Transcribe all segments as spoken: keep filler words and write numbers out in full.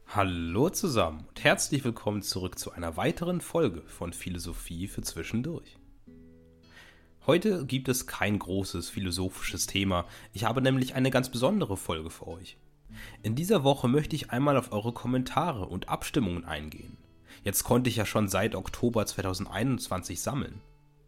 Hallo zusammen und herzlich willkommen zurück zu einer weiteren Folge von Philosophie für Zwischendurch. Heute gibt es kein großes philosophisches Thema, ich habe nämlich eine ganz besondere Folge für euch. In dieser Woche möchte ich einmal auf eure Kommentare und Abstimmungen eingehen. Jetzt konnte ich ja schon seit Oktober zweitausendeinundzwanzig sammeln.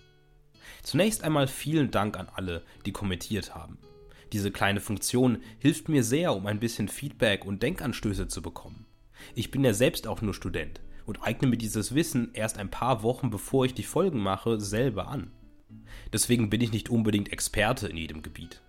Zunächst einmal vielen Dank an alle, die kommentiert haben. Diese kleine Funktion hilft mir sehr, um ein bisschen Feedback und Denkanstöße zu bekommen. Ich bin ja selbst auch nur Student und eigne mir dieses Wissen erst ein paar Wochen bevor ich die Folgen mache, selber an. Deswegen bin ich nicht unbedingt Experte in jedem Gebiet.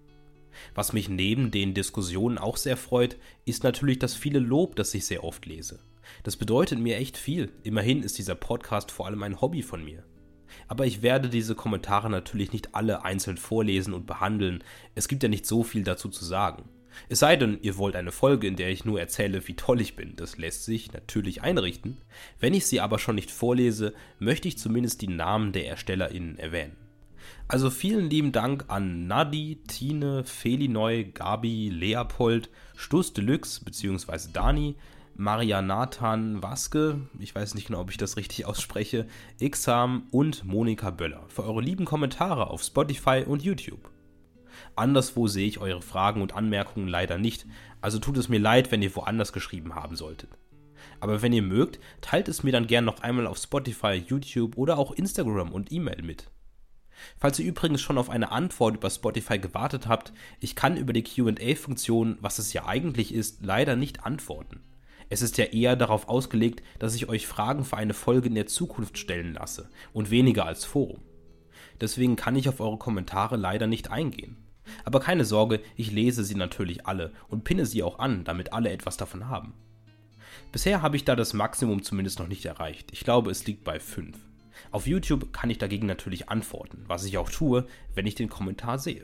Was mich neben den Diskussionen auch sehr freut, ist natürlich das viele Lob, das ich sehr oft lese. Das bedeutet mir echt viel, immerhin ist dieser Podcast vor allem ein Hobby von mir. Aber ich werde diese Kommentare natürlich nicht alle einzeln vorlesen und behandeln, es gibt ja nicht so viel dazu zu sagen. Es sei denn, ihr wollt eine Folge, in der ich nur erzähle, wie toll ich bin, das lässt sich natürlich einrichten. Wenn ich sie aber schon nicht vorlese, möchte ich zumindest die Namen der ErstellerInnen erwähnen. Also vielen lieben Dank an Nadi, Tine, Felinoi, Gabi, Leopold, Stuss Deluxe bzw. Dani, Maria Nathan Waske, ich weiß nicht genau, ob ich das richtig ausspreche, Ixam und Monika Böller für eure lieben Kommentare auf Spotify und YouTube. Anderswo sehe ich eure Fragen und Anmerkungen leider nicht, also tut es mir leid, wenn ihr woanders geschrieben haben solltet. Aber wenn ihr mögt, teilt es mir dann gern noch einmal auf Spotify, YouTube oder auch Instagram und E-Mail mit. Falls ihr übrigens schon auf eine Antwort über Spotify gewartet habt, ich kann über die Q and A-Funktion, was es ja eigentlich ist, leider nicht antworten. Es ist ja eher darauf ausgelegt, dass ich euch Fragen für eine Folge in der Zukunft stellen lasse und weniger als Forum. Deswegen kann ich auf eure Kommentare leider nicht eingehen. Aber keine Sorge, ich lese sie natürlich alle und pinne sie auch an, damit alle etwas davon haben. Bisher habe ich da das Maximum zumindest noch nicht erreicht. Ich glaube, es liegt bei fünf. Auf YouTube kann ich dagegen natürlich antworten, was ich auch tue, wenn ich den Kommentar sehe.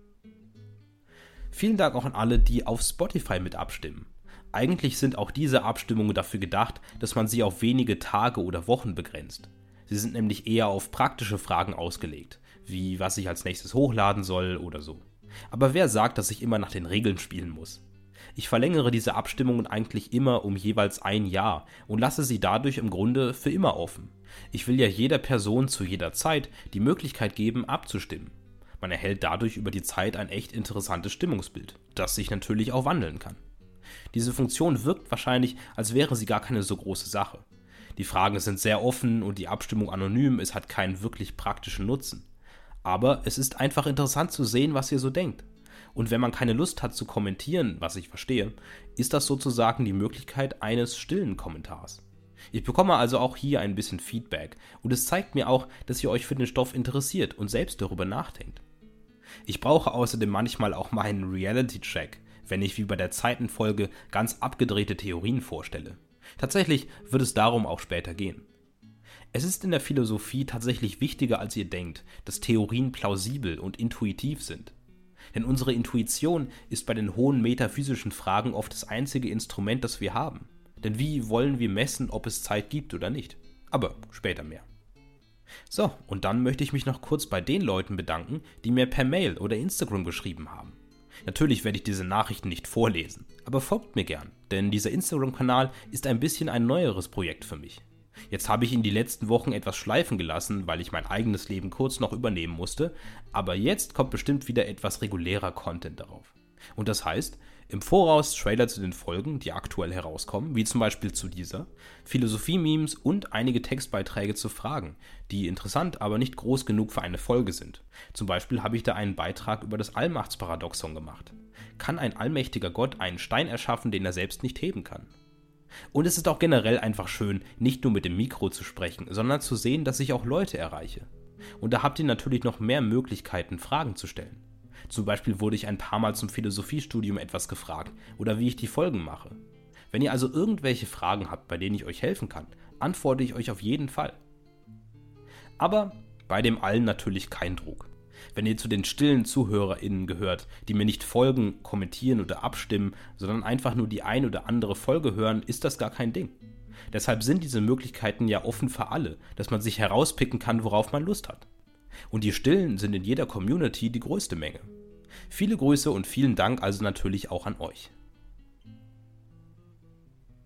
Vielen Dank auch an alle, die auf Spotify mit abstimmen. Eigentlich sind auch diese Abstimmungen dafür gedacht, dass man sie auf wenige Tage oder Wochen begrenzt. Sie sind nämlich eher auf praktische Fragen ausgelegt, wie was ich als nächstes hochladen soll oder so. Aber wer sagt, dass ich immer nach den Regeln spielen muss? Ich verlängere diese Abstimmungen eigentlich immer um jeweils ein Jahr und lasse sie dadurch im Grunde für immer offen. Ich will ja jeder Person zu jeder Zeit die Möglichkeit geben, abzustimmen. Man erhält dadurch über die Zeit ein echt interessantes Stimmungsbild, das sich natürlich auch wandeln kann. Diese Funktion wirkt wahrscheinlich, als wäre sie gar keine so große Sache. Die Fragen sind sehr offen und die Abstimmung anonym, es hat keinen wirklich praktischen Nutzen. Aber es ist einfach interessant zu sehen, was ihr so denkt. Und wenn man keine Lust hat zu kommentieren, was ich verstehe, ist das sozusagen die Möglichkeit eines stillen Kommentars. Ich bekomme also auch hier ein bisschen Feedback und es zeigt mir auch, dass ihr euch für den Stoff interessiert und selbst darüber nachdenkt. Ich brauche außerdem manchmal auch meinen Reality-Check, wenn ich wie bei der Zeitenfolge ganz abgedrehte Theorien vorstelle. Tatsächlich wird es darum auch später gehen. Es ist in der Philosophie tatsächlich wichtiger, als ihr denkt, dass Theorien plausibel und intuitiv sind. Denn unsere Intuition ist bei den hohen metaphysischen Fragen oft das einzige Instrument, das wir haben. Denn wie wollen wir messen, ob es Zeit gibt oder nicht? Aber später mehr. So, und dann möchte ich mich noch kurz bei den Leuten bedanken, die mir per Mail oder Instagram geschrieben haben. Natürlich werde ich diese Nachrichten nicht vorlesen, aber folgt mir gern, denn dieser Instagram-Kanal ist ein bisschen ein neueres Projekt für mich. Jetzt habe ich ihn die letzten Wochen etwas schleifen gelassen, weil ich mein eigenes Leben kurz noch übernehmen musste, aber jetzt kommt bestimmt wieder etwas regulärer Content darauf. Und das heißt, im Voraus Trailer zu den Folgen, die aktuell herauskommen, wie zum Beispiel zu dieser, Philosophie-Memes und einige Textbeiträge zu Fragen, die interessant, aber nicht groß genug für eine Folge sind. Zum Beispiel habe ich da einen Beitrag über das Allmachtsparadoxon gemacht. Kann ein allmächtiger Gott einen Stein erschaffen, den er selbst nicht heben kann? Und es ist auch generell einfach schön, nicht nur mit dem Mikro zu sprechen, sondern zu sehen, dass ich auch Leute erreiche. Und da habt ihr natürlich noch mehr Möglichkeiten, Fragen zu stellen. Zum Beispiel wurde ich ein paar Mal zum Philosophiestudium etwas gefragt oder wie ich die Folgen mache. Wenn ihr also irgendwelche Fragen habt, bei denen ich euch helfen kann, antworte ich euch auf jeden Fall. Aber bei dem allen natürlich kein Druck. Wenn ihr zu den stillen ZuhörerInnen gehört, die mir nicht folgen, kommentieren oder abstimmen, sondern einfach nur die ein oder andere Folge hören, ist das gar kein Ding. Deshalb sind diese Möglichkeiten ja offen für alle, dass man sich herauspicken kann, worauf man Lust hat. Und die Stillen sind in jeder Community die größte Menge. Viele Grüße und vielen Dank also natürlich auch an euch.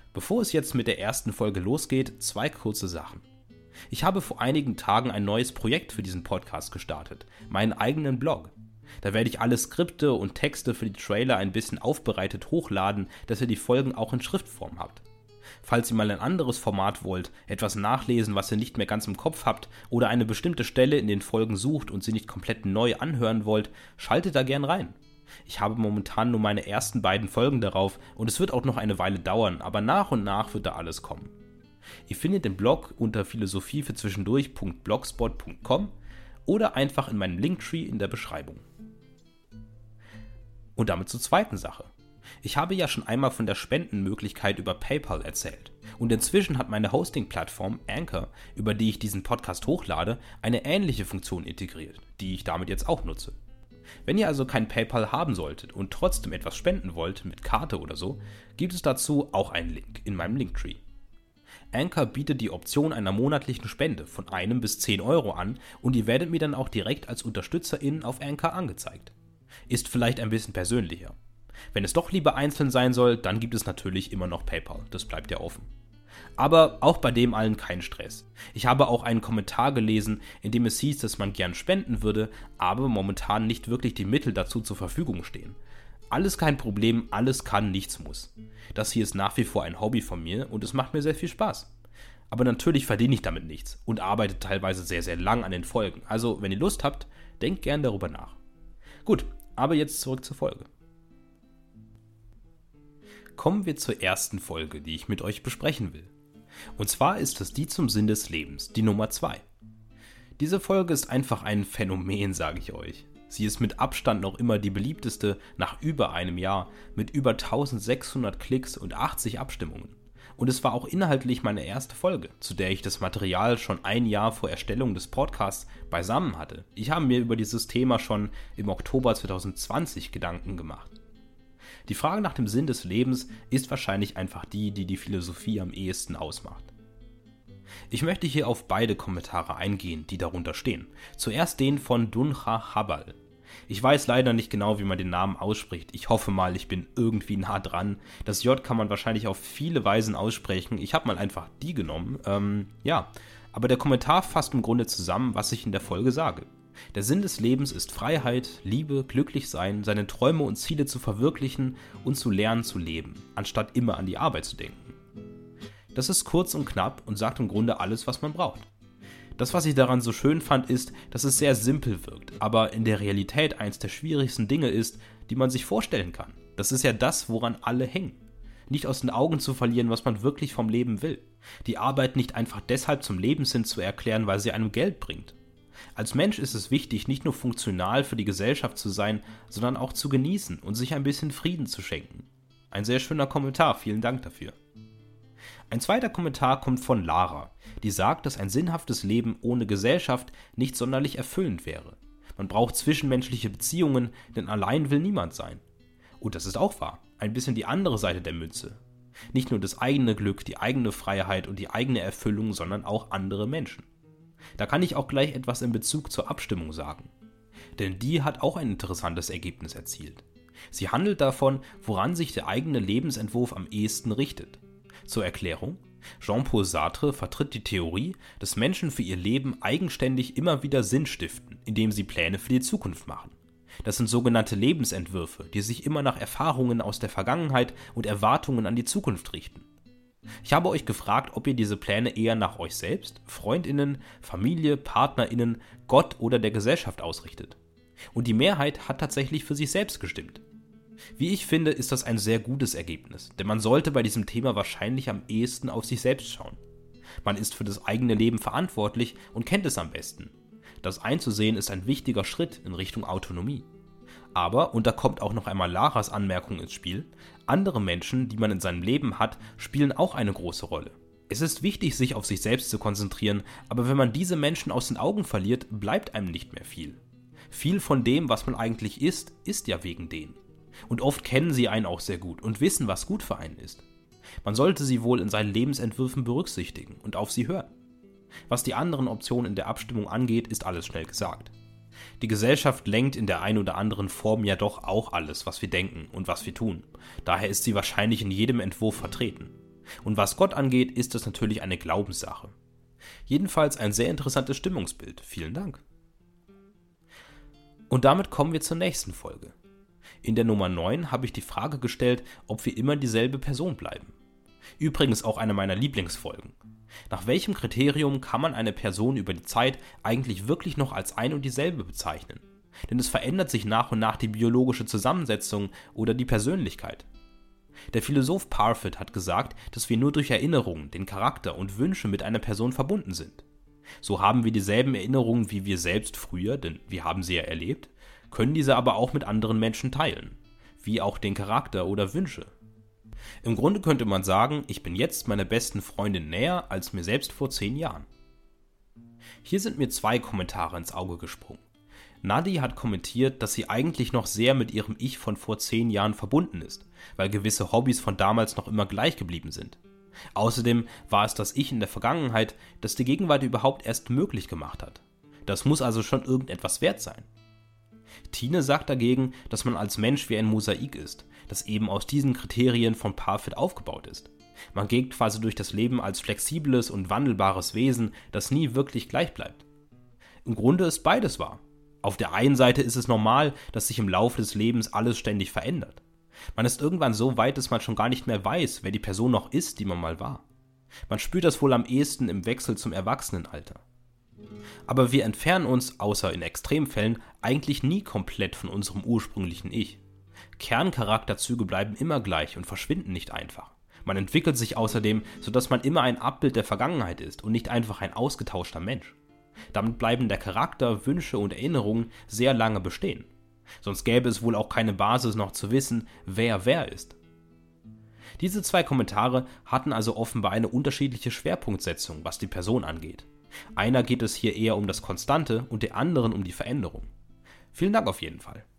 Bevor es jetzt mit der ersten Folge losgeht, zwei kurze Sachen. Ich habe vor einigen Tagen ein neues Projekt für diesen Podcast gestartet, meinen eigenen Blog. Da werde ich alle Skripte und Texte für die Trailer ein bisschen aufbereitet hochladen, dass ihr die Folgen auch in Schriftform habt. Falls ihr mal ein anderes Format wollt, etwas nachlesen, was ihr nicht mehr ganz im Kopf habt oder eine bestimmte Stelle in den Folgen sucht und sie nicht komplett neu anhören wollt, schaltet da gern rein. Ich habe momentan nur meine ersten beiden Folgen darauf und es wird auch noch eine Weile dauern, aber nach und nach wird da alles kommen. Ihr findet den Blog unter philosophie für zwischendurch punkt blogspot punkt com oder einfach in meinem Linktree in der Beschreibung. Und damit zur zweiten Sache. Ich habe ja schon einmal von der Spendenmöglichkeit über PayPal erzählt und inzwischen hat meine Hosting-Plattform Anchor, über die ich diesen Podcast hochlade, eine ähnliche Funktion integriert, die ich damit jetzt auch nutze. Wenn ihr also kein PayPal haben solltet und trotzdem etwas spenden wollt, mit Karte oder so, gibt es dazu auch einen Link in meinem Linktree. Anchor bietet die Option einer monatlichen Spende von einem bis zehn Euro an und ihr werdet mir dann auch direkt als UnterstützerInnen auf Anchor angezeigt. Ist vielleicht ein bisschen persönlicher. Wenn es doch lieber einzeln sein soll, dann gibt es natürlich immer noch PayPal, das bleibt ja offen. Aber auch bei dem allen kein Stress. Ich habe auch einen Kommentar gelesen, in dem es hieß, dass man gern spenden würde, aber momentan nicht wirklich die Mittel dazu zur Verfügung stehen. Alles kein Problem, alles kann, nichts muss. Das hier ist nach wie vor ein Hobby von mir und es macht mir sehr viel Spaß. Aber natürlich verdiene ich damit nichts und arbeite teilweise sehr, sehr lang an den Folgen. Also, wenn ihr Lust habt, denkt gern darüber nach. Gut, aber jetzt zurück zur Folge. Kommen wir zur ersten Folge, die ich mit euch besprechen will. Und zwar ist es die zum Sinn des Lebens, die Nummer zwei. Diese Folge ist einfach ein Phänomen, sage ich euch. Sie ist mit Abstand noch immer die beliebteste nach über einem Jahr, mit über eintausendsechshundert Klicks und achtzig Abstimmungen. Und es war auch inhaltlich meine erste Folge, zu der ich das Material schon ein Jahr vor Erstellung des Podcasts beisammen hatte. Ich habe mir über dieses Thema schon im Oktober zweitausendzwanzig Gedanken gemacht. Die Frage nach dem Sinn des Lebens ist wahrscheinlich einfach die, die die Philosophie am ehesten ausmacht. Ich möchte hier auf beide Kommentare eingehen, die darunter stehen. Zuerst den von Dunja Habal. Ich weiß leider nicht genau, wie man den Namen ausspricht. Ich hoffe mal, ich bin irgendwie nah dran. Das J kann man wahrscheinlich auf viele Weisen aussprechen. Ich habe mal einfach die genommen. Ähm, ja, aber der Kommentar fasst im Grunde zusammen, was ich in der Folge sage. Der Sinn des Lebens ist Freiheit, Liebe, glücklich sein, seine Träume und Ziele zu verwirklichen und zu lernen zu leben, anstatt immer an die Arbeit zu denken. Das ist kurz und knapp und sagt im Grunde alles, was man braucht. Das, was ich daran so schön fand, ist, dass es sehr simpel wirkt, aber in der Realität eins der schwierigsten Dinge ist, die man sich vorstellen kann. Das ist ja das, woran alle hängen. Nicht aus den Augen zu verlieren, was man wirklich vom Leben will. Die Arbeit nicht einfach deshalb zum Lebenssinn zu erklären, weil sie einem Geld bringt. Als Mensch ist es wichtig, nicht nur funktional für die Gesellschaft zu sein, sondern auch zu genießen und sich ein bisschen Frieden zu schenken. Ein sehr schöner Kommentar, vielen Dank dafür. Ein zweiter Kommentar kommt von Lara, die sagt, dass ein sinnhaftes Leben ohne Gesellschaft nicht sonderlich erfüllend wäre. Man braucht zwischenmenschliche Beziehungen, denn allein will niemand sein. Und das ist auch wahr, ein bisschen die andere Seite der Münze. Nicht nur das eigene Glück, die eigene Freiheit und die eigene Erfüllung, sondern auch andere Menschen. Da kann ich auch gleich etwas in Bezug zur Abstimmung sagen. Denn die hat auch ein interessantes Ergebnis erzielt. Sie handelt davon, woran sich der eigene Lebensentwurf am ehesten richtet. Zur Erklärung: Jean-Paul Sartre vertritt die Theorie, dass Menschen für ihr Leben eigenständig immer wieder Sinn stiften, indem sie Pläne für die Zukunft machen. Das sind sogenannte Lebensentwürfe, die sich immer nach Erfahrungen aus der Vergangenheit und Erwartungen an die Zukunft richten. Ich habe euch gefragt, ob ihr diese Pläne eher nach euch selbst, FreundInnen, Familie, PartnerInnen, Gott oder der Gesellschaft ausrichtet. Und die Mehrheit hat tatsächlich für sich selbst gestimmt. Wie ich finde, ist das ein sehr gutes Ergebnis, denn man sollte bei diesem Thema wahrscheinlich am ehesten auf sich selbst schauen. Man ist für das eigene Leben verantwortlich und kennt es am besten. Das einzusehen ist ein wichtiger Schritt in Richtung Autonomie. Aber, und da kommt auch noch einmal Laras Anmerkung ins Spiel, andere Menschen, die man in seinem Leben hat, spielen auch eine große Rolle. Es ist wichtig, sich auf sich selbst zu konzentrieren, aber wenn man diese Menschen aus den Augen verliert, bleibt einem nicht mehr viel. Viel von dem, was man eigentlich ist, ist ja wegen denen. Und oft kennen sie einen auch sehr gut und wissen, was gut für einen ist. Man sollte sie wohl in seinen Lebensentwürfen berücksichtigen und auf sie hören. Was die anderen Optionen in der Abstimmung angeht, ist alles schnell gesagt. Die Gesellschaft lenkt in der einen oder anderen Form ja doch auch alles, was wir denken und was wir tun. Daher ist sie wahrscheinlich in jedem Entwurf vertreten. Und was Gott angeht, ist das natürlich eine Glaubenssache. Jedenfalls ein sehr interessantes Stimmungsbild. Vielen Dank. Und damit kommen wir zur nächsten Folge. In der Nummer neun habe ich die Frage gestellt, ob wir immer dieselbe Person bleiben. Übrigens auch eine meiner Lieblingsfolgen. Nach welchem Kriterium kann man eine Person über die Zeit eigentlich wirklich noch als ein und dieselbe bezeichnen? Denn es verändert sich nach und nach die biologische Zusammensetzung oder die Persönlichkeit. Der Philosoph Parfit hat gesagt, dass wir nur durch Erinnerungen, den Charakter und Wünsche mit einer Person verbunden sind. So haben wir dieselben Erinnerungen wie wir selbst früher, denn wir haben sie ja erlebt, können diese aber auch mit anderen Menschen teilen, wie auch den Charakter oder Wünsche. Im Grunde könnte man sagen, ich bin jetzt meiner besten Freundin näher als mir selbst vor zehn Jahren. Hier sind mir zwei Kommentare ins Auge gesprungen. Nadi hat kommentiert, dass sie eigentlich noch sehr mit ihrem Ich von vor zehn Jahren verbunden ist, weil gewisse Hobbys von damals noch immer gleich geblieben sind. Außerdem war es das Ich in der Vergangenheit, das die Gegenwart überhaupt erst möglich gemacht hat. Das muss also schon irgendetwas wert sein. Tine sagt dagegen, dass man als Mensch wie ein Mosaik ist, das eben aus diesen Kriterien von Parfit aufgebaut ist. Man geht quasi durch das Leben als flexibles und wandelbares Wesen, das nie wirklich gleich bleibt. Im Grunde ist beides wahr. Auf der einen Seite ist es normal, dass sich im Laufe des Lebens alles ständig verändert. Man ist irgendwann so weit, dass man schon gar nicht mehr weiß, wer die Person noch ist, die man mal war. Man spürt das wohl am ehesten im Wechsel zum Erwachsenenalter. Aber wir entfernen uns, außer in Extremfällen, eigentlich nie komplett von unserem ursprünglichen Ich. Kerncharakterzüge bleiben immer gleich und verschwinden nicht einfach. Man entwickelt sich außerdem, sodass man immer ein Abbild der Vergangenheit ist und nicht einfach ein ausgetauschter Mensch. Damit bleiben der Charakter, Wünsche und Erinnerungen sehr lange bestehen. Sonst gäbe es wohl auch keine Basis noch zu wissen, wer wer ist. Diese zwei Kommentare hatten also offenbar eine unterschiedliche Schwerpunktsetzung, was die Person angeht. Einer geht es hier eher um das Konstante und der anderen um die Veränderung. Vielen Dank auf jeden Fall.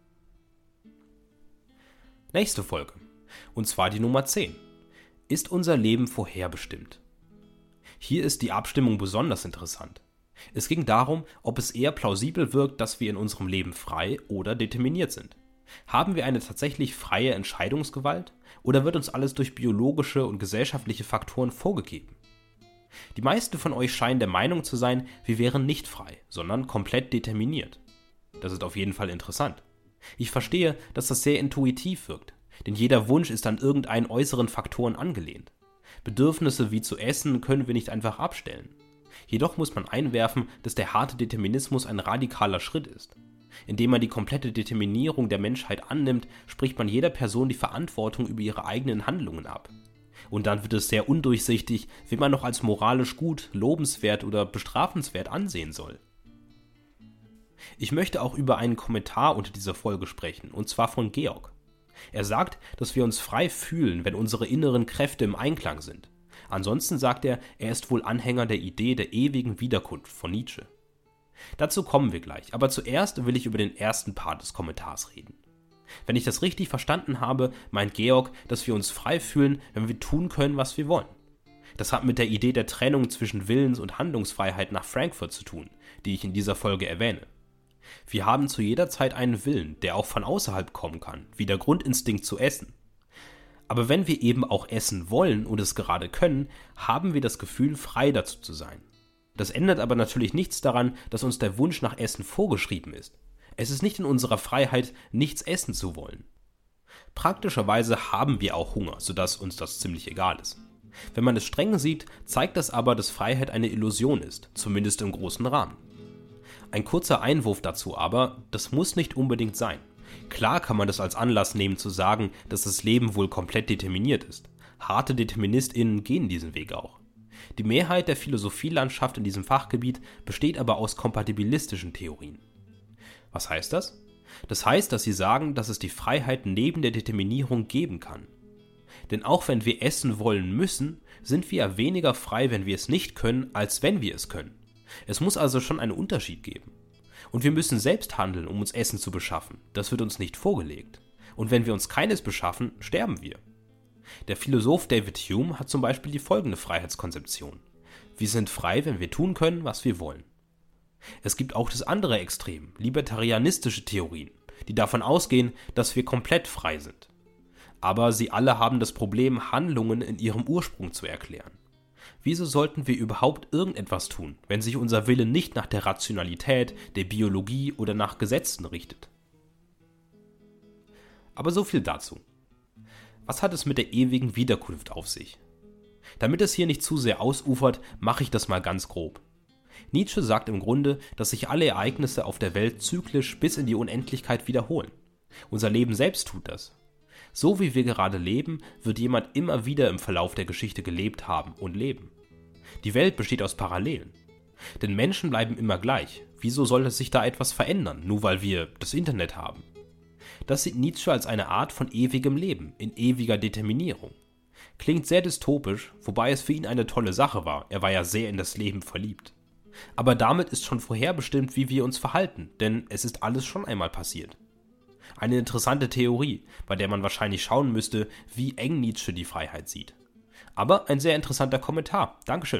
Nächste Folge, und zwar die Nummer zehn. Ist unser Leben vorherbestimmt? Hier ist die Abstimmung besonders interessant. Es ging darum, ob es eher plausibel wirkt, dass wir in unserem Leben frei oder determiniert sind. Haben wir eine tatsächlich freie Entscheidungsgewalt oder wird uns alles durch biologische und gesellschaftliche Faktoren vorgegeben? Die meisten von euch scheinen der Meinung zu sein, wir wären nicht frei, sondern komplett determiniert. Das ist auf jeden Fall interessant. Ich verstehe, dass das sehr intuitiv wirkt, denn jeder Wunsch ist an irgendeinen äußeren Faktoren angelehnt. Bedürfnisse wie zu essen können wir nicht einfach abstellen. Jedoch muss man einwerfen, dass der harte Determinismus ein radikaler Schritt ist. Indem man die komplette Determinierung der Menschheit annimmt, spricht man jeder Person die Verantwortung über ihre eigenen Handlungen ab. Und dann wird es sehr undurchsichtig, wen man noch als moralisch gut, lobenswert oder bestrafenswert ansehen soll. Ich möchte auch über einen Kommentar unter dieser Folge sprechen, und zwar von Georg. Er sagt, dass wir uns frei fühlen, wenn unsere inneren Kräfte im Einklang sind. Ansonsten sagt er, er ist wohl Anhänger der Idee der ewigen Wiederkunft von Nietzsche. Dazu kommen wir gleich, aber zuerst will ich über den ersten Part des Kommentars reden. Wenn ich das richtig verstanden habe, meint Georg, dass wir uns frei fühlen, wenn wir tun können, was wir wollen. Das hat mit der Idee der Trennung zwischen Willens- und Handlungsfreiheit nach Frankfurt zu tun, die ich in dieser Folge erwähne. Wir haben zu jeder Zeit einen Willen, der auch von außerhalb kommen kann, wie der Grundinstinkt zu essen. Aber wenn wir eben auch essen wollen und es gerade können, haben wir das Gefühl, frei dazu zu sein. Das ändert aber natürlich nichts daran, dass uns der Wunsch nach Essen vorgeschrieben ist. Es ist nicht in unserer Freiheit, nichts essen zu wollen. Praktischerweise haben wir auch Hunger, sodass uns das ziemlich egal ist. Wenn man es streng sieht, zeigt das aber, dass Freiheit eine Illusion ist, zumindest im großen Rahmen. Ein kurzer Einwurf dazu aber, das muss nicht unbedingt sein. Klar kann man das als Anlass nehmen zu sagen, dass das Leben wohl komplett determiniert ist. Harte DeterministInnen gehen diesen Weg auch. Die Mehrheit der Philosophielandschaft in diesem Fachgebiet besteht aber aus kompatibilistischen Theorien. Was heißt das? Das heißt, dass sie sagen, dass es die Freiheit neben der Determinierung geben kann. Denn auch wenn wir essen wollen müssen, sind wir ja weniger frei, wenn wir es nicht können, als wenn wir es können. Es muss also schon einen Unterschied geben. Und wir müssen selbst handeln, um uns Essen zu beschaffen. Das wird uns nicht vorgelegt. Und wenn wir uns keines beschaffen, sterben wir. Der Philosoph David Hume hat zum Beispiel die folgende Freiheitskonzeption. Wir sind frei, wenn wir tun können, was wir wollen. Es gibt auch das andere Extrem, libertarianistische Theorien, die davon ausgehen, dass wir komplett frei sind. Aber sie alle haben das Problem, Handlungen in ihrem Ursprung zu erklären. Wieso sollten wir überhaupt irgendetwas tun, wenn sich unser Wille nicht nach der Rationalität, der Biologie oder nach Gesetzen richtet? Aber so viel dazu. Was hat es mit der ewigen Wiederkunft auf sich? Damit es hier nicht zu sehr ausufert, mache ich das mal ganz grob. Nietzsche sagt im Grunde, dass sich alle Ereignisse auf der Welt zyklisch bis in die Unendlichkeit wiederholen. Unser Leben selbst tut das. So wie wir gerade leben, wird jemand immer wieder im Verlauf der Geschichte gelebt haben und leben. Die Welt besteht aus Parallelen. Denn Menschen bleiben immer gleich. Wieso soll es sich da etwas verändern, nur weil wir das Internet haben? Das sieht Nietzsche als eine Art von ewigem Leben, in ewiger Determinierung. Klingt sehr dystopisch, wobei es für ihn eine tolle Sache war, er war ja sehr in das Leben verliebt. Aber damit ist schon vorherbestimmt, wie wir uns verhalten, denn es ist alles schon einmal passiert. Eine interessante Theorie, bei der man wahrscheinlich schauen müsste, wie eng Nietzsche die Freiheit sieht. Aber ein sehr interessanter Kommentar, Dankeschön.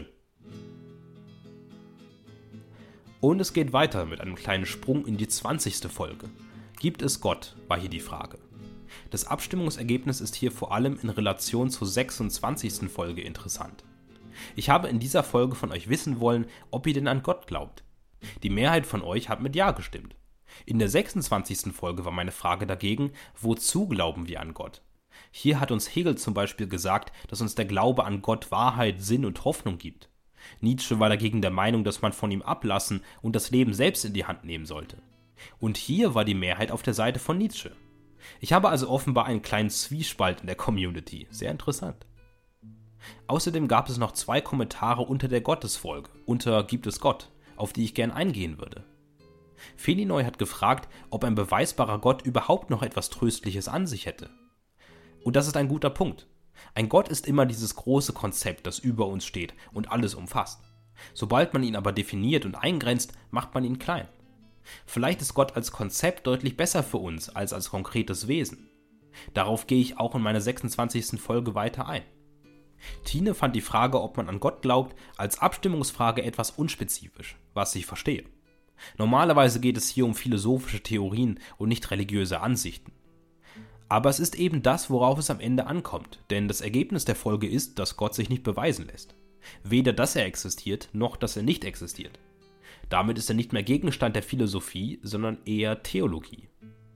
Und es geht weiter mit einem kleinen Sprung in die zwanzigste Folge. Gibt es Gott, war hier die Frage. Das Abstimmungsergebnis ist hier vor allem in Relation zur sechsundzwanzigsten Folge interessant. Ich habe in dieser Folge von euch wissen wollen, ob ihr denn an Gott glaubt. Die Mehrheit von euch hat mit Ja gestimmt. In der sechsundzwanzigsten Folge war meine Frage dagegen, wozu glauben wir an Gott? Hier hat uns Hegel zum Beispiel gesagt, dass uns der Glaube an Gott Wahrheit, Sinn und Hoffnung gibt. Nietzsche war dagegen der Meinung, dass man von ihm ablassen und das Leben selbst in die Hand nehmen sollte. Und hier war die Mehrheit auf der Seite von Nietzsche. Ich habe also offenbar einen kleinen Zwiespalt in der Community. Sehr interessant. Außerdem gab es noch zwei Kommentare unter der Gottesfolge, unter Gibt es Gott, auf die ich gern eingehen würde. Felinoi hat gefragt, ob ein beweisbarer Gott überhaupt noch etwas Tröstliches an sich hätte. Und das ist ein guter Punkt. Ein Gott ist immer dieses große Konzept, das über uns steht und alles umfasst. Sobald man ihn aber definiert und eingrenzt, macht man ihn klein. Vielleicht ist Gott als Konzept deutlich besser für uns als als konkretes Wesen. Darauf gehe ich auch in meiner sechsundzwanzigsten Folge weiter ein. Tine fand die Frage, ob man an Gott glaubt, als Abstimmungsfrage etwas unspezifisch, was ich verstehe. Normalerweise geht es hier um philosophische Theorien und nicht religiöse Ansichten. Aber es ist eben das, worauf es am Ende ankommt, denn das Ergebnis der Folge ist, dass Gott sich nicht beweisen lässt. Weder, dass er existiert, noch, dass er nicht existiert. Damit ist er nicht mehr Gegenstand der Philosophie, sondern eher Theologie.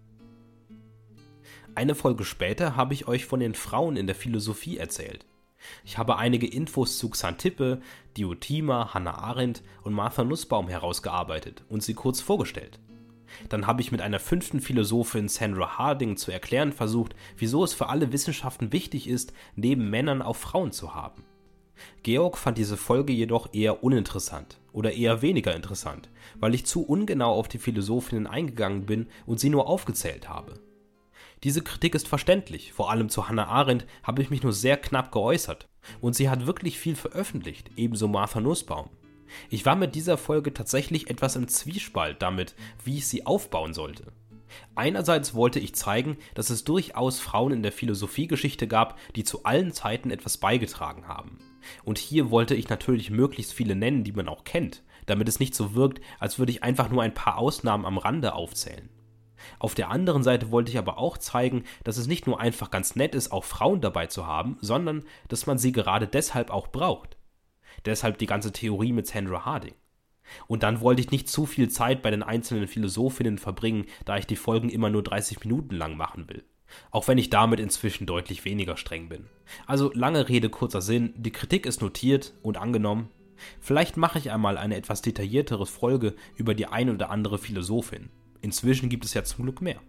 Eine Folge später habe ich euch von den Frauen in der Philosophie erzählt. Ich habe einige Infos zu Xantippe, Diotima, Hannah Arendt und Martha Nussbaum herausgearbeitet und sie kurz vorgestellt. Dann habe ich mit einer fünften Philosophin, Sandra Harding, zu erklären versucht, wieso es für alle Wissenschaften wichtig ist, neben Männern auch Frauen zu haben. Georg fand diese Folge jedoch eher uninteressant oder eher weniger interessant, weil ich zu ungenau auf die Philosophinnen eingegangen bin und sie nur aufgezählt habe. Diese Kritik ist verständlich, vor allem zu Hannah Arendt habe ich mich nur sehr knapp geäußert und sie hat wirklich viel veröffentlicht, ebenso Martha Nussbaum. Ich war mit dieser Folge tatsächlich etwas im Zwiespalt damit, wie ich sie aufbauen sollte. Einerseits wollte ich zeigen, dass es durchaus Frauen in der Philosophiegeschichte gab, die zu allen Zeiten etwas beigetragen haben. Und hier wollte ich natürlich möglichst viele nennen, die man auch kennt, damit es nicht so wirkt, als würde ich einfach nur ein paar Ausnahmen am Rande aufzählen. Auf der anderen Seite wollte ich aber auch zeigen, dass es nicht nur einfach ganz nett ist, auch Frauen dabei zu haben, sondern dass man sie gerade deshalb auch braucht. Deshalb die ganze Theorie mit Sandra Harding. Und dann wollte ich nicht zu viel Zeit bei den einzelnen Philosophinnen verbringen, da ich die Folgen immer nur dreißig Minuten lang machen will. Auch wenn ich damit inzwischen deutlich weniger streng bin. Also lange Rede, kurzer Sinn, die Kritik ist notiert und angenommen. Vielleicht mache ich einmal eine etwas detailliertere Folge über die ein oder andere Philosophin. Inzwischen gibt es ja zum Glück mehr.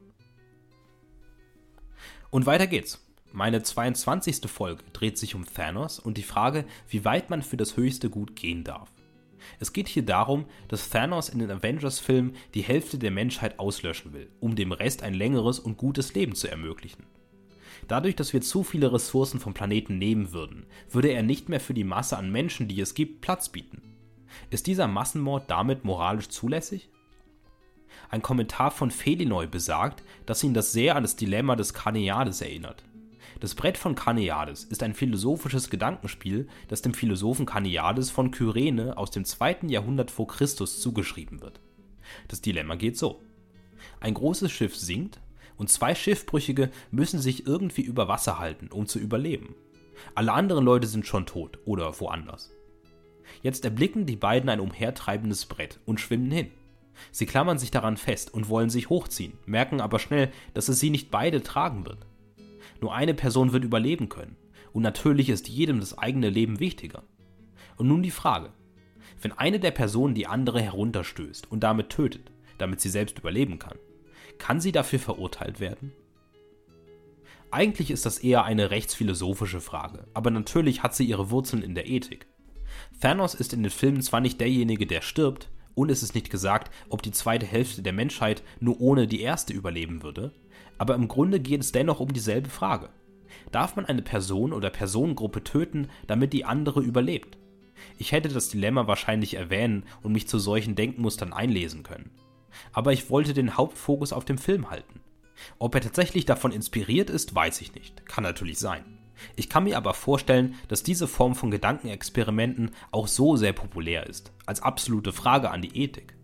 Und weiter geht's. Meine zweiundzwanzigste Folge dreht sich um Thanos und die Frage, wie weit man für das höchste Gut gehen darf. Es geht hier darum, dass Thanos in den Avengers-Filmen die Hälfte der Menschheit auslöschen will, um dem Rest ein längeres und gutes Leben zu ermöglichen. Dadurch, dass wir zu viele Ressourcen vom Planeten nehmen würden, würde er nicht mehr für die Masse an Menschen, die es gibt, Platz bieten. Ist dieser Massenmord damit moralisch zulässig? Ein Kommentar von Felinoi besagt, dass ihn das sehr an das Dilemma des Karneades erinnert. Das Brett von Karneades ist ein philosophisches Gedankenspiel, das dem Philosophen Karneades von Kyrene aus dem zweiten Jahrhundert vor Christus zugeschrieben wird. Das Dilemma geht so: Ein großes Schiff sinkt Und zwei Schiffbrüchige müssen sich irgendwie über Wasser halten, um zu überleben. Alle anderen Leute sind schon tot oder woanders. Jetzt erblicken die beiden ein umhertreibendes Brett und schwimmen hin. Sie klammern sich daran fest und wollen sich hochziehen, merken aber schnell, dass es sie nicht beide tragen wird. Nur eine Person wird überleben können. Und natürlich ist jedem das eigene Leben wichtiger. Und nun die Frage: Wenn eine der Personen die andere herunterstößt und damit tötet, damit sie selbst überleben kann, kann sie dafür verurteilt werden? Eigentlich ist das eher eine rechtsphilosophische Frage, aber natürlich hat sie ihre Wurzeln in der Ethik. Thanos ist in den Filmen zwar nicht derjenige, der stirbt, und es ist nicht gesagt, ob die zweite Hälfte der Menschheit nur ohne die erste überleben würde, aber im Grunde geht es dennoch um dieselbe Frage. Darf man eine Person oder Personengruppe töten, damit die andere überlebt? Ich hätte das Dilemma wahrscheinlich erwähnen und mich zu solchen Denkmustern einlesen können. Aber ich wollte den Hauptfokus auf dem Film halten. Ob er tatsächlich davon inspiriert ist, weiß ich nicht. Kann natürlich sein. Ich kann mir aber vorstellen, dass diese Form von Gedankenexperimenten auch so sehr populär ist, als absolute Frage an die Ethik.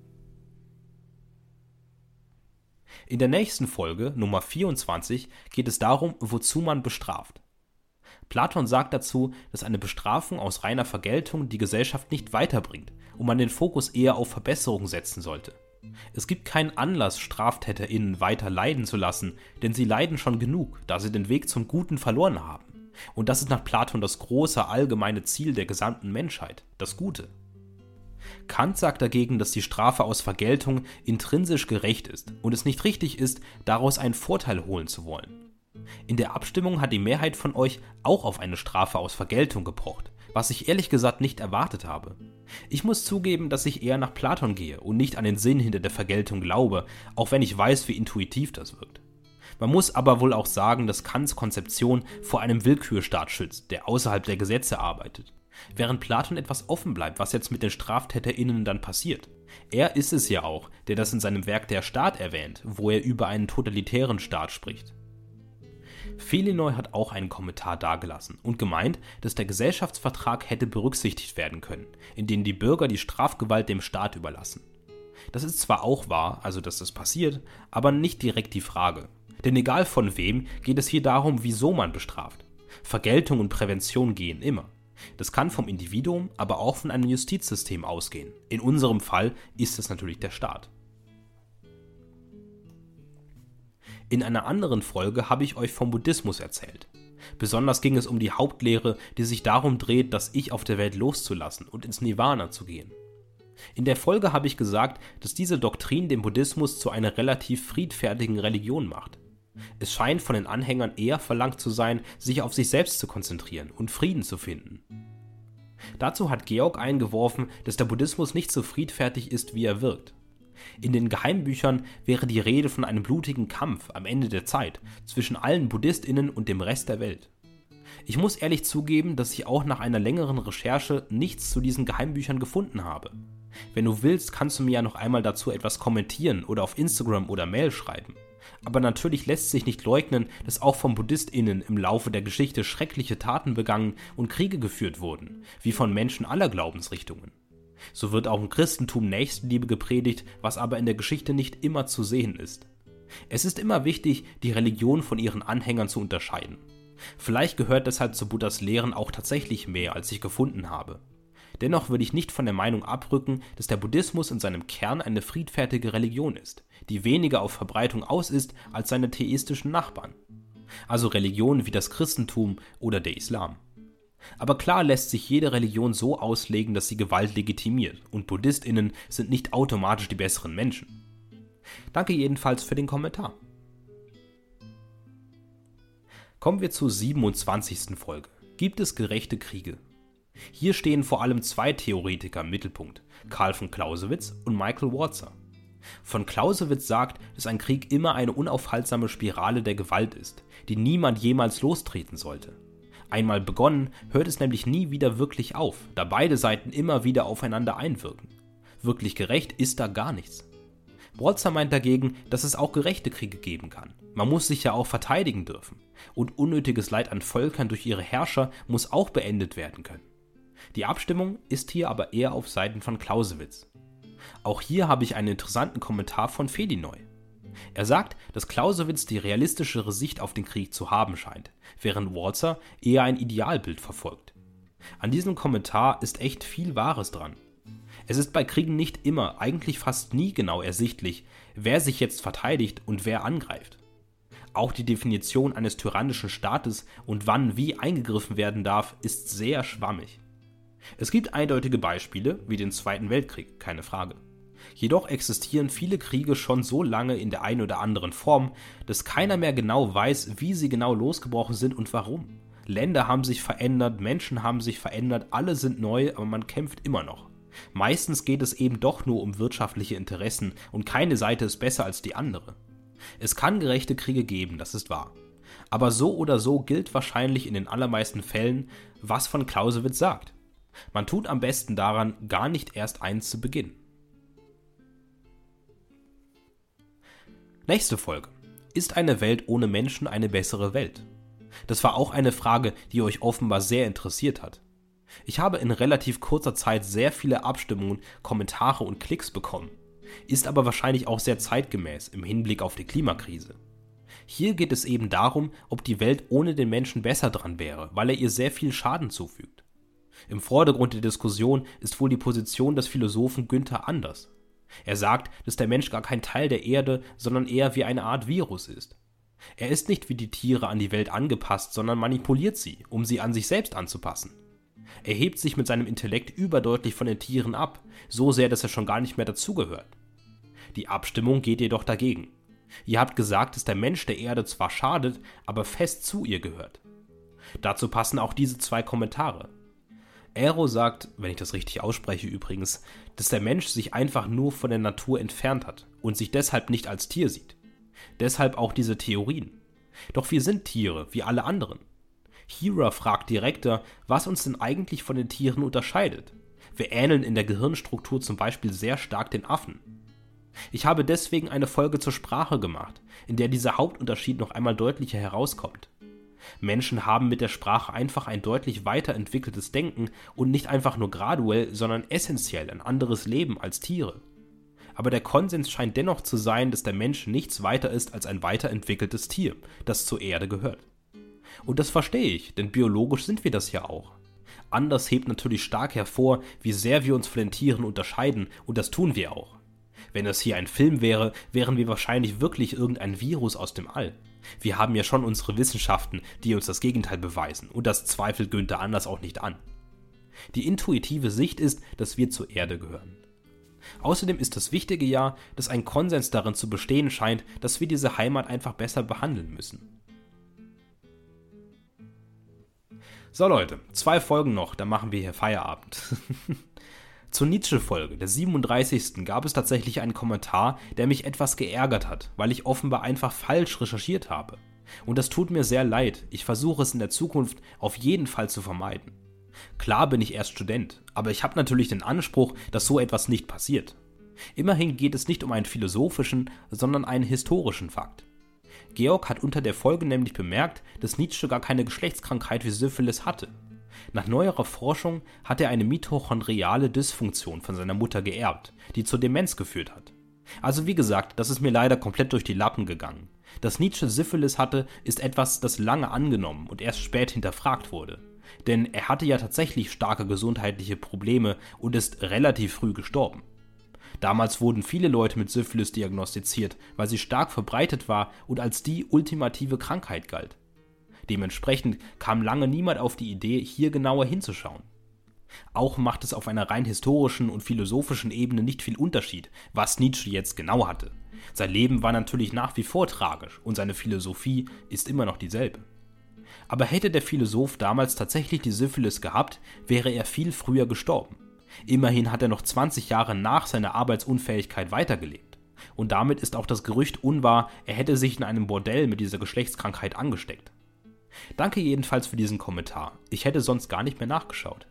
In der nächsten Folge, Nummer vierundzwanzig, geht es darum, wozu man bestraft. Platon sagt dazu, dass eine Bestrafung aus reiner Vergeltung die Gesellschaft nicht weiterbringt und man den Fokus eher auf Verbesserung setzen sollte. Es gibt keinen Anlass, StraftäterInnen weiter leiden zu lassen, denn sie leiden schon genug, da sie den Weg zum Guten verloren haben. Und das ist nach Platon das große allgemeine Ziel der gesamten Menschheit, das Gute. Kant sagt dagegen, dass die Strafe aus Vergeltung intrinsisch gerecht ist und es nicht richtig ist, daraus einen Vorteil holen zu wollen. In der Abstimmung hat die Mehrheit von euch auch auf eine Strafe aus Vergeltung gepocht, was ich ehrlich gesagt nicht erwartet habe. Ich muss zugeben, dass ich eher nach Platon gehe und nicht an den Sinn hinter der Vergeltung glaube, auch wenn ich weiß, wie intuitiv das wirkt. Man muss aber wohl auch sagen, dass Kants Konzeption vor einem Willkürstaat schützt, der außerhalb der Gesetze arbeitet. Während Platon etwas offen bleibt, was jetzt mit den StraftäterInnen dann passiert. Er ist es ja auch, der das in seinem Werk Der Staat erwähnt, wo er über einen totalitären Staat spricht. Felinoi hat auch einen Kommentar dargelassen und gemeint, dass der Gesellschaftsvertrag hätte berücksichtigt werden können, in dem die Bürger die Strafgewalt dem Staat überlassen. Das ist zwar auch wahr, also dass das passiert, aber nicht direkt die Frage. Denn egal von wem, geht es hier darum, wieso man bestraft. Vergeltung und Prävention gehen immer. Das kann vom Individuum, aber auch von einem Justizsystem ausgehen. In unserem Fall ist es natürlich der Staat. In einer anderen Folge habe ich euch vom Buddhismus erzählt. Besonders ging es um die Hauptlehre, die sich darum dreht, das Ich auf der Welt loszulassen und ins Nirvana zu gehen. In der Folge habe ich gesagt, dass diese Doktrin den Buddhismus zu einer relativ friedfertigen Religion macht. Es scheint von den Anhängern eher verlangt zu sein, sich auf sich selbst zu konzentrieren und Frieden zu finden. Dazu hat Georg eingeworfen, dass der Buddhismus nicht so friedfertig ist, wie er wirkt. In den Geheimbüchern wäre die Rede von einem blutigen Kampf am Ende der Zeit zwischen allen BuddhistInnen und dem Rest der Welt. Ich muss ehrlich zugeben, dass ich auch nach einer längeren Recherche nichts zu diesen Geheimbüchern gefunden habe. Wenn du willst, kannst du mir ja noch einmal dazu etwas kommentieren oder auf Instagram oder Mail schreiben. Aber natürlich lässt sich nicht leugnen, dass auch von BuddhistInnen im Laufe der Geschichte schreckliche Taten begangen und Kriege geführt wurden, wie von Menschen aller Glaubensrichtungen. So wird auch im Christentum Nächstenliebe gepredigt, was aber in der Geschichte nicht immer zu sehen ist. Es ist immer wichtig, die Religion von ihren Anhängern zu unterscheiden. Vielleicht gehört deshalb zu Buddhas Lehren auch tatsächlich mehr, als ich gefunden habe. Dennoch würde ich nicht von der Meinung abrücken, dass der Buddhismus in seinem Kern eine friedfertige Religion ist, die weniger auf Verbreitung aus ist als seine theistischen Nachbarn. Also Religionen wie das Christentum oder der Islam. Aber klar lässt sich jede Religion so auslegen, dass sie Gewalt legitimiert, und BuddhistInnen sind nicht automatisch die besseren Menschen. Danke jedenfalls für den Kommentar. Kommen wir zur siebenundzwanzigsten Folge. Gibt es gerechte Kriege? Hier stehen vor allem zwei Theoretiker im Mittelpunkt, Karl von Clausewitz und Michael Walzer. Von Clausewitz sagt, dass ein Krieg immer eine unaufhaltsame Spirale der Gewalt ist, die niemand jemals lostreten sollte. Einmal begonnen, hört es nämlich nie wieder wirklich auf, da beide Seiten immer wieder aufeinander einwirken. Wirklich gerecht ist da gar nichts. Walzer meint dagegen, dass es auch gerechte Kriege geben kann. Man muss sich ja auch verteidigen dürfen. Und unnötiges Leid an Völkern durch ihre Herrscher muss auch beendet werden können. Die Abstimmung ist hier aber eher auf Seiten von Clausewitz. Auch hier habe ich einen interessanten Kommentar von Felinoi. Er sagt, dass Clausewitz die realistischere Sicht auf den Krieg zu haben scheint, während Walzer eher ein Idealbild verfolgt. An diesem Kommentar ist echt viel Wahres dran. Es ist bei Kriegen nicht immer, eigentlich fast nie genau ersichtlich, wer sich jetzt verteidigt und wer angreift. Auch die Definition eines tyrannischen Staates und wann wie eingegriffen werden darf, ist sehr schwammig. Es gibt eindeutige Beispiele, wie den Zweiten Weltkrieg, keine Frage. Jedoch existieren viele Kriege schon so lange in der einen oder anderen Form, dass keiner mehr genau weiß, wie sie genau losgebrochen sind und warum. Länder haben sich verändert, Menschen haben sich verändert, alle sind neu, aber man kämpft immer noch. Meistens geht es eben doch nur um wirtschaftliche Interessen und keine Seite ist besser als die andere. Es kann gerechte Kriege geben, das ist wahr. Aber so oder so gilt wahrscheinlich in den allermeisten Fällen, was von Clausewitz sagt. Man tut am besten daran, gar nicht erst eins zu beginnen. Nächste Folge. Ist eine Welt ohne Menschen eine bessere Welt? Das war auch eine Frage, die euch offenbar sehr interessiert hat. Ich habe in relativ kurzer Zeit sehr viele Abstimmungen, Kommentare und Klicks bekommen. Ist aber wahrscheinlich auch sehr zeitgemäß im Hinblick auf die Klimakrise. Hier geht es eben darum, ob die Welt ohne den Menschen besser dran wäre, weil er ihr sehr viel Schaden zufügt. Im Vordergrund der Diskussion ist wohl die Position des Philosophen Günther Anders. Er sagt, dass der Mensch gar kein Teil der Erde, sondern eher wie eine Art Virus ist. Er ist nicht wie die Tiere an die Welt angepasst, sondern manipuliert sie, um sie an sich selbst anzupassen. Er hebt sich mit seinem Intellekt überdeutlich von den Tieren ab, so sehr, dass er schon gar nicht mehr dazugehört. Die Abstimmung geht jedoch dagegen. Ihr habt gesagt, dass der Mensch der Erde zwar schadet, aber fest zu ihr gehört. Dazu passen auch diese zwei Kommentare. Aero sagt, wenn ich das richtig ausspreche übrigens, dass der Mensch sich einfach nur von der Natur entfernt hat und sich deshalb nicht als Tier sieht. Deshalb auch diese Theorien. Doch wir sind Tiere, wie alle anderen. Hira fragt direkter, was uns denn eigentlich von den Tieren unterscheidet. Wir ähneln in der Gehirnstruktur zum Beispiel sehr stark den Affen. Ich habe deswegen eine Folge zur Sprache gemacht, in der dieser Hauptunterschied noch einmal deutlicher herauskommt. Menschen haben mit der Sprache einfach ein deutlich weiterentwickeltes Denken und nicht einfach nur graduell, sondern essentiell ein anderes Leben als Tiere. Aber der Konsens scheint dennoch zu sein, dass der Mensch nichts weiter ist als ein weiterentwickeltes Tier, das zur Erde gehört. Und das verstehe ich, denn biologisch sind wir das ja auch. Anders hebt natürlich stark hervor, wie sehr wir uns von den Tieren unterscheiden, und das tun wir auch. Wenn es hier ein Film wäre, wären wir wahrscheinlich wirklich irgendein Virus aus dem All. Wir haben ja schon unsere Wissenschaften, die uns das Gegenteil beweisen, und das zweifelt Günther Anders auch nicht an. Die intuitive Sicht ist, dass wir zur Erde gehören. Außerdem ist das Wichtige ja, dass ein Konsens darin zu bestehen scheint, dass wir diese Heimat einfach besser behandeln müssen. So Leute, zwei Folgen noch, dann machen wir hier Feierabend. Zur Nietzsche-Folge, der siebenunddreißigsten gab es tatsächlich einen Kommentar, der mich etwas geärgert hat, weil ich offenbar einfach falsch recherchiert habe. Und das tut mir sehr leid, ich versuche es in der Zukunft auf jeden Fall zu vermeiden. Klar bin ich erst Student, aber ich habe natürlich den Anspruch, dass so etwas nicht passiert. Immerhin geht es nicht um einen philosophischen, sondern einen historischen Fakt. Georg hat unter der Folge nämlich bemerkt, dass Nietzsche gar keine Geschlechtskrankheit wie Syphilis hatte. Nach neuerer Forschung hat er eine mitochondriale Dysfunktion von seiner Mutter geerbt, die zur Demenz geführt hat. Also wie gesagt, das ist mir leider komplett durch die Lappen gegangen. Dass Nietzsche Syphilis hatte, ist etwas, das lange angenommen und erst spät hinterfragt wurde. Denn er hatte ja tatsächlich starke gesundheitliche Probleme und ist relativ früh gestorben. Damals wurden viele Leute mit Syphilis diagnostiziert, weil sie stark verbreitet war und als die ultimative Krankheit galt. Dementsprechend kam lange niemand auf die Idee, hier genauer hinzuschauen. Auch macht es auf einer rein historischen und philosophischen Ebene nicht viel Unterschied, was Nietzsche jetzt genau hatte. Sein Leben war natürlich nach wie vor tragisch und seine Philosophie ist immer noch dieselbe. Aber hätte der Philosoph damals tatsächlich die Syphilis gehabt, wäre er viel früher gestorben. Immerhin hat er noch zwanzig Jahre nach seiner Arbeitsunfähigkeit weitergelebt. Und damit ist auch das Gerücht unwahr, er hätte sich in einem Bordell mit dieser Geschlechtskrankheit angesteckt. Danke jedenfalls für diesen Kommentar. Ich hätte sonst gar nicht mehr nachgeschaut.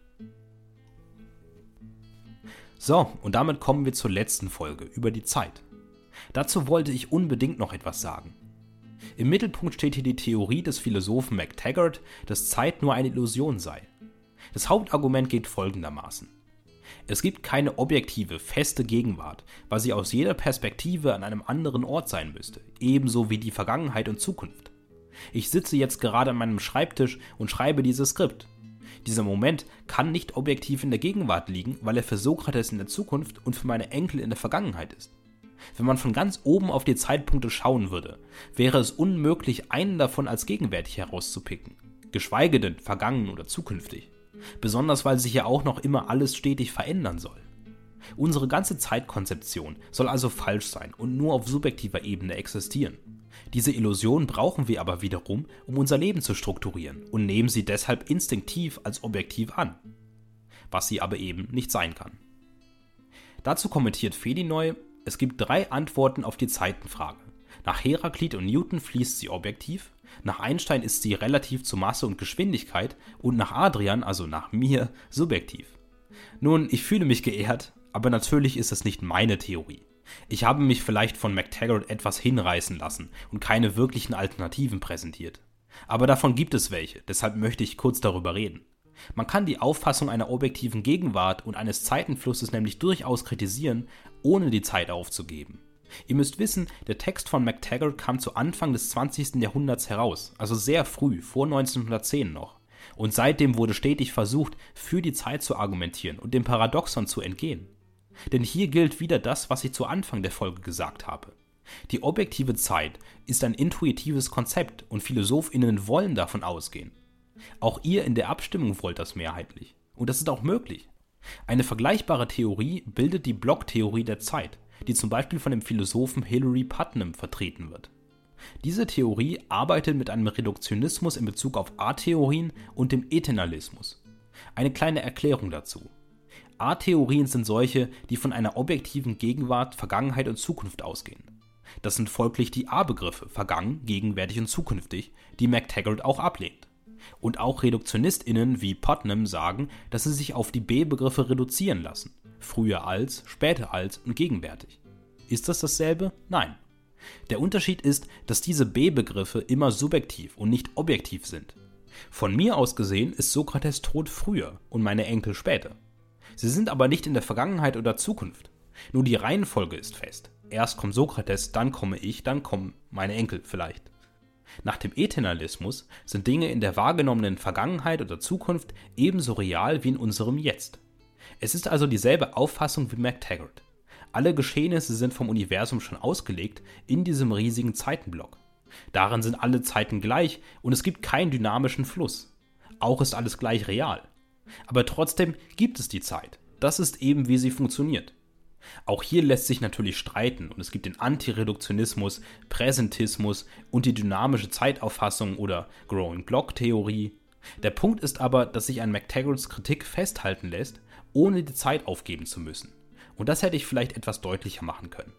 So, und damit kommen wir zur letzten Folge über die Zeit. Dazu wollte ich unbedingt noch etwas sagen. Im Mittelpunkt steht hier die Theorie des Philosophen MacTaggart, dass Zeit nur eine Illusion sei. Das Hauptargument geht folgendermaßen. Es gibt keine objektive, feste Gegenwart, weil sie aus jeder Perspektive an einem anderen Ort sein müsste, ebenso wie die Vergangenheit und Zukunft. Ich sitze jetzt gerade an meinem Schreibtisch und schreibe dieses Skript. Dieser Moment kann nicht objektiv in der Gegenwart liegen, weil er für Sokrates in der Zukunft und für meine Enkel in der Vergangenheit ist. Wenn man von ganz oben auf die Zeitpunkte schauen würde, wäre es unmöglich, einen davon als gegenwärtig herauszupicken, geschweige denn vergangen oder zukünftig. Besonders weil sich ja auch noch immer alles stetig verändern soll. Unsere ganze Zeitkonzeption soll also falsch sein und nur auf subjektiver Ebene existieren. Diese Illusion brauchen wir aber wiederum, um unser Leben zu strukturieren und nehmen sie deshalb instinktiv als objektiv an. Was sie aber eben nicht sein kann. Dazu kommentiert Fedinoy: Es gibt drei Antworten auf die Zeitenfrage. Nach Heraklit und Newton fließt sie objektiv, nach Einstein ist sie relativ zu Masse und Geschwindigkeit und nach Adrian, also nach mir, subjektiv. Nun, ich fühle mich geehrt, aber natürlich ist es nicht meine Theorie. Ich habe mich vielleicht von McTaggart etwas hinreißen lassen und keine wirklichen Alternativen präsentiert. Aber davon gibt es welche, deshalb möchte ich kurz darüber reden. Man kann die Auffassung einer objektiven Gegenwart und eines Zeitenflusses nämlich durchaus kritisieren, ohne die Zeit aufzugeben. Ihr müsst wissen, der Text von McTaggart kam zu Anfang des zwanzigsten Jahrhunderts heraus, also sehr früh, vor neunzehnhundertzehn noch. Und seitdem wurde stetig versucht, für die Zeit zu argumentieren und dem Paradoxon zu entgehen. Denn hier gilt wieder das, was ich zu Anfang der Folge gesagt habe. Die objektive Zeit ist ein intuitives Konzept und PhilosophInnen wollen davon ausgehen. Auch ihr in der Abstimmung wollt das mehrheitlich. Und das ist auch möglich. Eine vergleichbare Theorie bildet die Blocktheorie der Zeit, die zum Beispiel von dem Philosophen Hilary Putnam vertreten wird. Diese Theorie arbeitet mit einem Reduktionismus in Bezug auf A-Theorien und dem Eternalismus. Eine kleine Erklärung dazu. A-Theorien sind solche, die von einer objektiven Gegenwart, Vergangenheit und Zukunft ausgehen. Das sind folglich die A-Begriffe, vergangen, gegenwärtig und zukünftig, die McTaggart auch ablehnt. Und auch ReduktionistInnen wie Putnam sagen, dass sie sich auf die B-Begriffe reduzieren lassen. Früher als, später als und gegenwärtig. Ist das dasselbe? Nein. Der Unterschied ist, dass diese B-Begriffe immer subjektiv und nicht objektiv sind. Von mir aus gesehen ist Sokrates Tod früher und meine Enkel später. Sie sind aber nicht in der Vergangenheit oder Zukunft. Nur die Reihenfolge ist fest. Erst kommt Sokrates, dann komme ich, dann kommen meine Enkel vielleicht. Nach dem Eternalismus sind Dinge in der wahrgenommenen Vergangenheit oder Zukunft ebenso real wie in unserem Jetzt. Es ist also dieselbe Auffassung wie McTaggart. Alle Geschehnisse sind vom Universum schon ausgelegt in diesem riesigen Zeitenblock. Darin sind alle Zeiten gleich und es gibt keinen dynamischen Fluss. Auch ist alles gleich real. Aber trotzdem gibt es die Zeit. Das ist eben, wie sie funktioniert. Auch hier lässt sich natürlich streiten und es gibt den Antireduktionismus, Präsentismus und die dynamische Zeitauffassung oder Growing Block Theorie. Der Punkt ist aber, dass sich an McTaggarts Kritik festhalten lässt, ohne die Zeit aufgeben zu müssen. Und das hätte ich vielleicht etwas deutlicher machen können.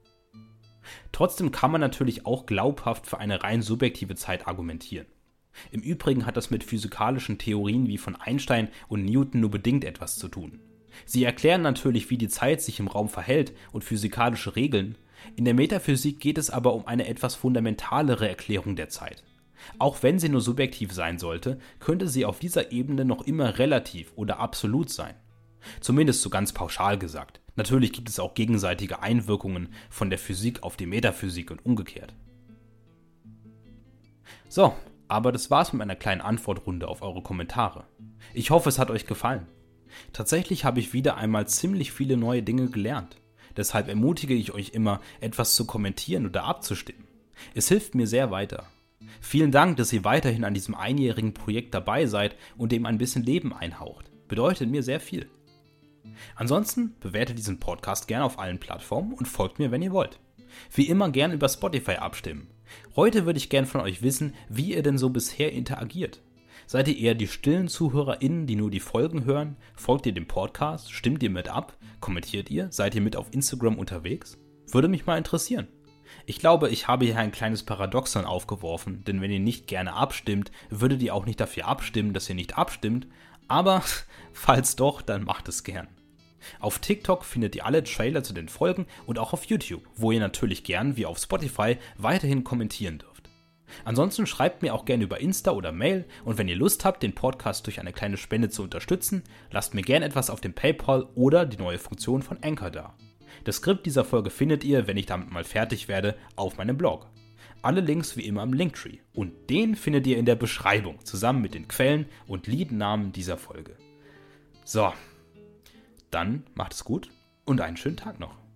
Trotzdem kann man natürlich auch glaubhaft für eine rein subjektive Zeit argumentieren. Im Übrigen hat das mit physikalischen Theorien wie von Einstein und Newton nur bedingt etwas zu tun. Sie erklären natürlich, wie die Zeit sich im Raum verhält und physikalische Regeln. In der Metaphysik geht es aber um eine etwas fundamentalere Erklärung der Zeit. Auch wenn sie nur subjektiv sein sollte, könnte sie auf dieser Ebene noch immer relativ oder absolut sein. Zumindest so ganz pauschal gesagt. Natürlich gibt es auch gegenseitige Einwirkungen von der Physik auf die Metaphysik und umgekehrt. So, aber das war's mit meiner kleinen Antwortrunde auf eure Kommentare. Ich hoffe, es hat euch gefallen. Tatsächlich habe ich wieder einmal ziemlich viele neue Dinge gelernt. Deshalb ermutige ich euch immer, etwas zu kommentieren oder abzustimmen. Es hilft mir sehr weiter. Vielen Dank, dass ihr weiterhin an diesem einjährigen Projekt dabei seid und dem ein bisschen Leben einhaucht. Bedeutet mir sehr viel. Ansonsten bewertet diesen Podcast gerne auf allen Plattformen und folgt mir, wenn ihr wollt. Wie immer gern über Spotify abstimmen. Heute würde ich gern von euch wissen, wie ihr denn so bisher interagiert. Seid ihr eher die stillen ZuhörerInnen, die nur die Folgen hören? Folgt ihr dem Podcast? Stimmt ihr mit ab? Kommentiert ihr? Seid ihr mit auf Instagram unterwegs? Würde mich mal interessieren. Ich glaube, ich habe hier ein kleines Paradoxon aufgeworfen, denn wenn ihr nicht gerne abstimmt, würdet ihr auch nicht dafür abstimmen, dass ihr nicht abstimmt, aber falls doch, dann macht es gern. Auf TikTok findet ihr alle Trailer zu den Folgen und auch auf YouTube, wo ihr natürlich gern wie auf Spotify weiterhin kommentieren dürft. Ansonsten schreibt mir auch gerne über Insta oder Mail und wenn ihr Lust habt, den Podcast durch eine kleine Spende zu unterstützen, lasst mir gerne etwas auf dem PayPal oder die neue Funktion von Anchor da. Das Skript dieser Folge findet ihr, wenn ich damit mal fertig werde, auf meinem Blog. Alle Links wie immer im Linktree und den findet ihr in der Beschreibung, zusammen mit den Quellen und Liednamen dieser Folge. So, dann macht es gut und einen schönen Tag noch.